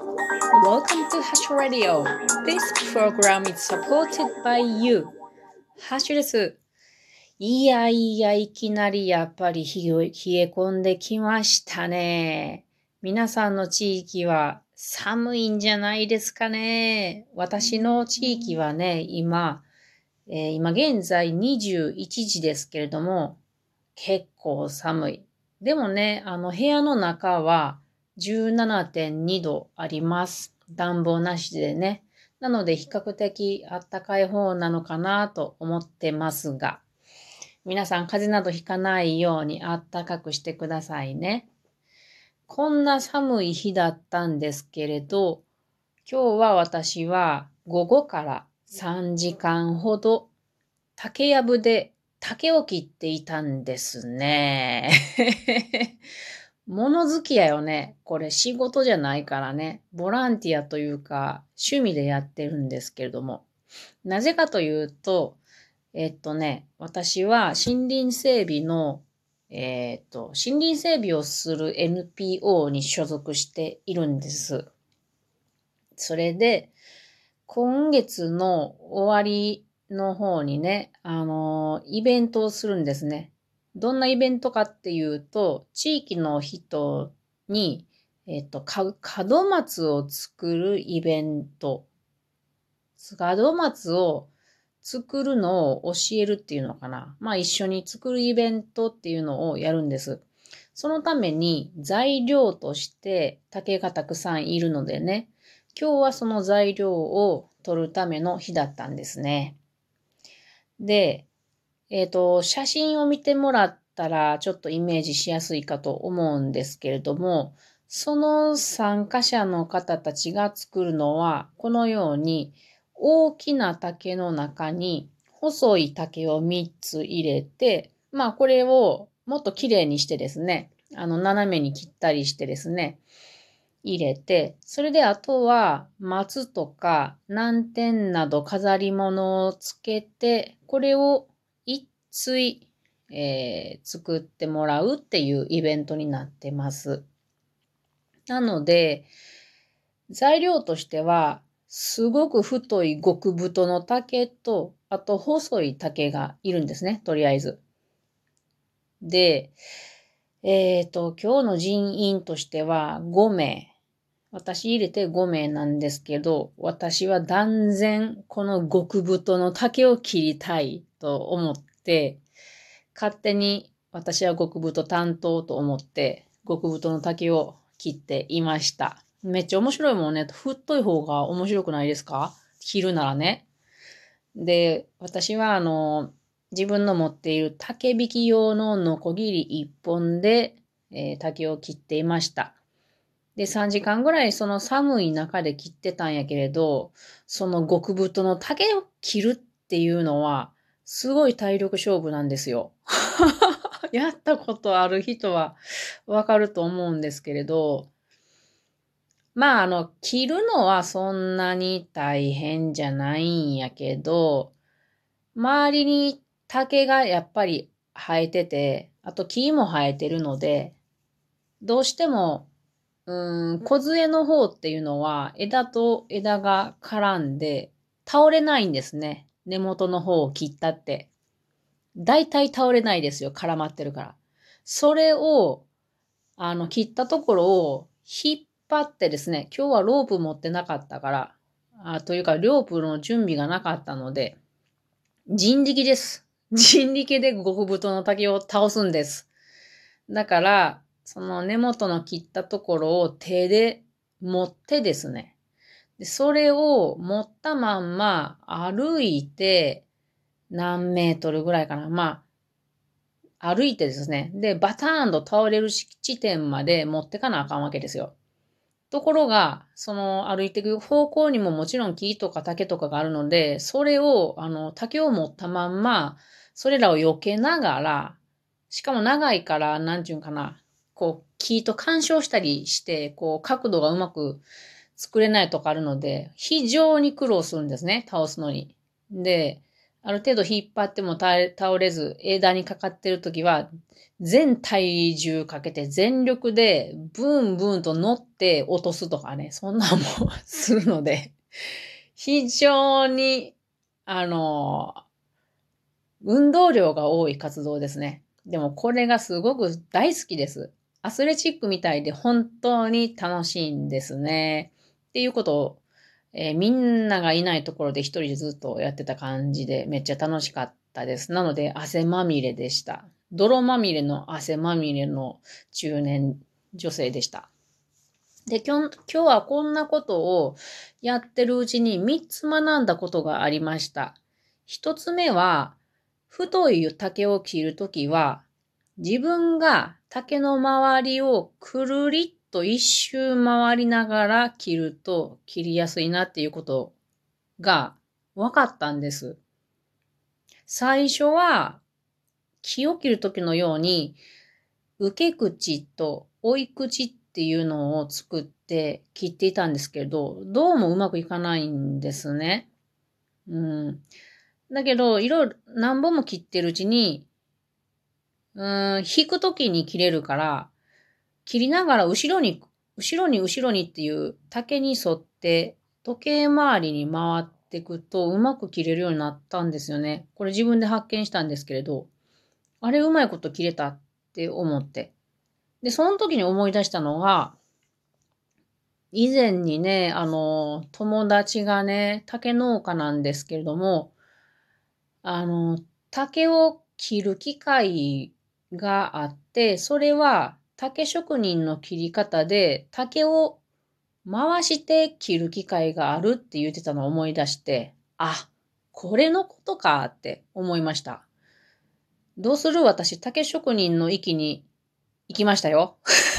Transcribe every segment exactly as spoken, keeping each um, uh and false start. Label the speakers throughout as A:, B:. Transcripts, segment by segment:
A: Welcome to Hash Radio. This program is supported by you. ハッシュです。いやいや、いきなりやっぱり冷え込んできましたね。皆さんの地域は寒いんじゃないですかね。私の地域はね、今、えー、今現在にじゅういちじですけれども、結構寒い。でもね、あの部屋の中はじゅうななてんにどあります。暖房なしでね。なので比較的暖かい方なのかなと思ってますが、皆さん風邪などひかないように暖かくしてくださいね。こんな寒い日だったんですけれど、今日は私は午後からさんじかんほど竹やぶで竹を切っていたんですね。物好きやよね。これ仕事じゃないからね。ボランティアというか趣味でやってるんですけれども。なぜかというと、えっとね、私は森林整備の、えっと、森林整備をする エヌピーオー に所属しているんです。それで、今月の終わりの方にね、あの、イベントをするんですね。どんなイベントかっていうと、地域の人に、えっと、か門松を作るイベント。門松を作るのを教えるっていうのかな。まあ一緒に作るイベントっていうのをやるんです。そのために材料として竹がたくさんいるのでね、今日はその材料を取るための日だったんですね。で、えっと、写真を見てもらったらちょっとイメージしやすいかと思うんですけれども、その参加者の方たちが作るのは、このように大きな竹の中に細い竹をみっつ入れて、まあこれをもっと綺麗にしてですね、あの斜めに切ったりしてですね、入れて、それであとは松とか南天など飾り物をつけて、これを一対、えー作ってもらうっていうイベントになってます。なので、材料としては、すごく太い極太の竹と、あと細い竹がいるんですね、とりあえず。で、えっと、今日の人員としてはごめい。私入れてごめいなんですけど、私は断然この極太の竹を切りたいと思って、勝手に私は極太担当と思って、極太の竹を切っていました。めっちゃ面白いもんね。太い方が面白くないですか？切るならね。で、私はあの、自分の持っている竹引き用のノコギリ一本で、えー竹を切っていました。で、さんじかんぐらいその寒い中で切ってたんやけれど、その極太の竹を切るっていうのは、すごい体力勝負なんですよ。やったことある人はわかると思うんですけれど、まあ、あの、切るのはそんなに大変じゃないんやけど、周りに竹がやっぱり生えてて、あと木も生えてるので、どうしても、うーん、梢の方っていうのは枝と枝が絡んで倒れないんですね。根元の方を切ったって。だいたい倒れないですよ。絡まってるから。それを、あの、切ったところを引っ張ってですね、今日はロープ持ってなかったから、あというか、ロープの準備がなかったので、人力です。人力で極太の竹を倒すんです。だから、その根元の切ったところを手で持ってですね、でそれを持ったまんま歩いて何メートルぐらいかな。まあ、歩いてですね、で、バターンと倒れる地点まで持ってかなあかんわけですよ。ところが、その歩いていく方向にももちろん木とか竹とかがあるので、それを、あの、竹を持ったまんま、それらを避けながら、しかも長いから、なんていうんかな、こう、木と干渉したりして、こう、角度がうまく作れないとかあるので、非常に苦労するんですね、倒すのに。で、 ある程度引っ張っても倒れず、枝にかかってるときは、全体重かけて全力でブンブンと乗って落とすとかね、そんなんもするので、非常に、あの、運動量が多い活動ですね。でもこれがすごく大好きです。アスレチックみたいで本当に楽しいんですね。っていうことを、えーみんながいないところで一人でずっとやってた感じでめっちゃ楽しかったです。なので汗まみれでした。泥まみれの汗まみれの中年女性でした。で、今日、今日はこんなことをやってるうちにみっつ学んだことがありました。一つ目は、太い竹を切るときは、自分が竹の周りをくるりっと一周回りながら切ると切りやすいなっていうことが分かったんです。最初は木を切るときのように受け口と追い口っていうのを作って切っていたんですけど、どうもうまくいかないんですね。うん。だけど、いろいろ何本も切ってるうちに、うーん、引くときに切れるから、切りながら後ろに、後ろに後ろにっていう竹に沿って時計回りに回っていくとうまく切れるようになったんですよね。これ自分で発見したんですけれど、あれうまいこと切れたって思って。で、その時に思い出したのが、以前にね、あの、友達がね、竹農家なんですけれども、あの、竹を切る機械があって、それは竹職人の切り方で、竹を回して切る機械があるって言ってたのを思い出して、あ、これのことかって思いました。どうする？私、竹職人の域に行きましたよ。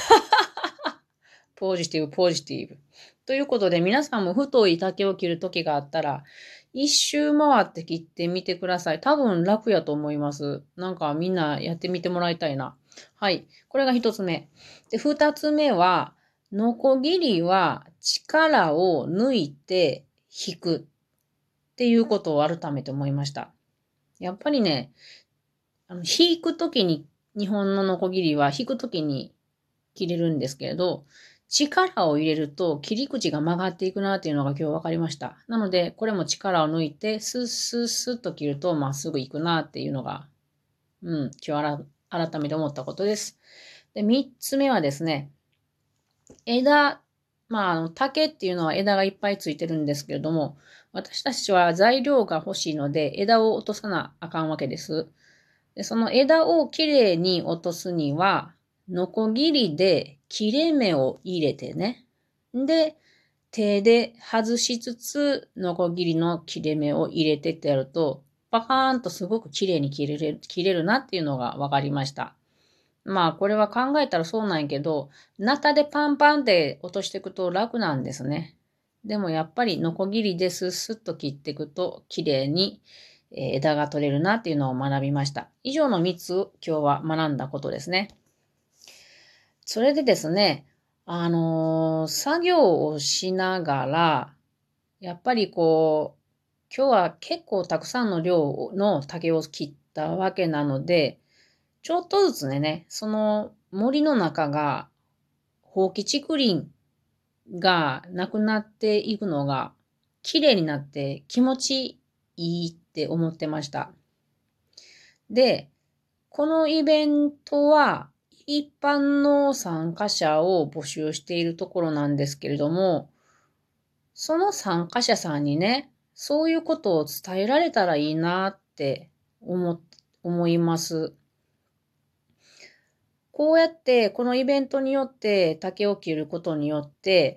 A: ポジティブ、ポジティブ。ということで、皆さんも太い竹を切る時があったら、一周回って切ってみてください。多分楽やと思います。なんかみんなやってみてもらいたいな。はい。これが一つ目。で、二つ目は、ノコギリは力を抜いて引くっていうことを改めて思いました。やっぱりね、あの引くときに、日本のノコギリは引くときに切れるんですけれど、力を入れると切り口が曲がっていくなっていうのが今日分かりました。なので、これも力を抜いて、スッスッスッと切るとまっすぐいくなっていうのが、うん、今日改めて思ったことです。で、三つ目はですね、枝、まあ、あの、竹っていうのは枝がいっぱいついてるんですけれども、私たちは材料が欲しいので、枝を落とさなあかんわけです。で、その枝をきれいに落とすには、ノコギリで切れ目を入れてね。で、手で外しつつ、ノコギリの切れ目を入れてってやると、パカーンとすごく綺麗に切れる、切れるなっていうのが分かりました。まあ、これは考えたらそうなんやけど、ナタでパンパンって落としていくと楽なんですね。でもやっぱりノコギリでスッスッと切っていくと綺麗に枝が取れるなっていうのを学びました。以上のみっつを今日は学んだことですね。それでですね、あのー作業をしながら、やっぱりこう、今日は結構たくさんの量の竹を切ったわけなので、ちょっとずつね、その森の中が放棄竹林がなくなっていくのが綺麗になって気持ちいいって思ってました。で、このイベントは一般の参加者を募集しているところなんですけれども、その参加者さんにね、そういうことを伝えられたらいいなって思、思います。こうやってこのイベントによって竹を切ることによって、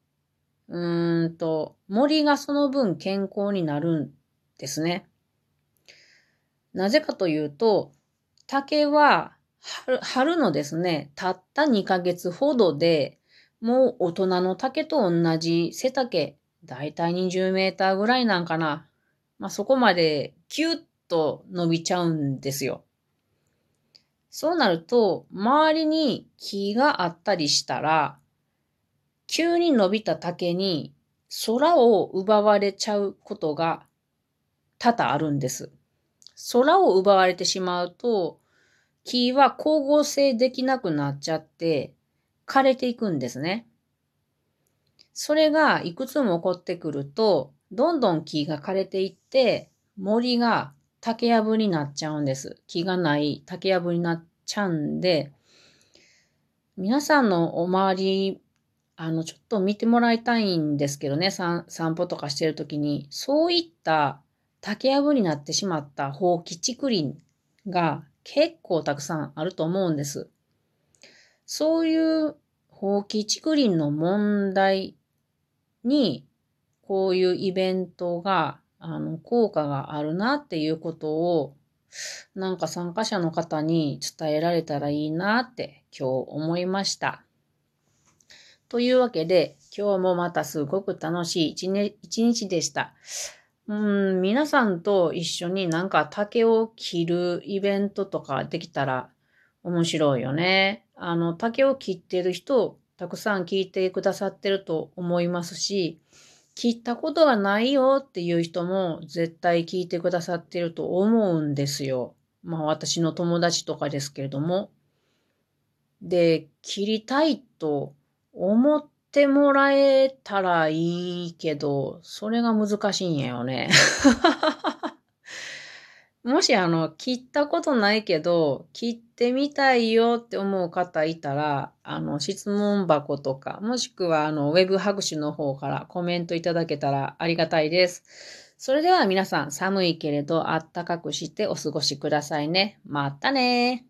A: うーんと、森がその分健康になるんですね。なぜかというと、竹は春春のですね、たったにかげつほどで、もう大人の竹と同じ背丈、だいたいにじゅうメーターぐらいなんかな。まあ、そこまでキュッと伸びちゃうんですよ。そうなると、周りに木があったりしたら、急に伸びた竹に空を奪われちゃうことが多々あるんです。 空を奪われてしまうと、木は光合成できなくなっちゃって、枯れていくんですね。それがいくつも起こってくると、どんどん木が枯れていって、森が竹やぶになっちゃうんです。木がない竹やぶになっちゃうんで、皆さんのお周り、あの、ちょっと見てもらいたいんですけどね、散散歩とかしてるときに、そういった竹やぶになってしまった放棄竹林が結構たくさんあると思うんです。そういう放棄竹林の問題に、こういうイベントが、あの、効果があるなっていうことを、なんか参加者の方に伝えられたらいいなって今日思いました。というわけで、今日もまたすごく楽しい一日一日でした。うん、皆さんと一緒になんか竹を切るイベントとかできたら面白いよね。あの、竹を切ってる人、たくさん聞いてくださってると思いますし、切ったことがないよっていう人も絶対聞いてくださってると思うんですよ。まあ私の友達とかですけれども。で、切りたいと思ってもらえたらいいけど、それが難しいんやよね。もしあの、切ったことないけど、切ってみたいよって思う方いたら、あの、質問箱とか、もしくはあの、ウェブ拍手の方からコメントいただけたらありがたいです。それでは皆さん、寒いけれどあったかくしてお過ごしくださいね。またねー。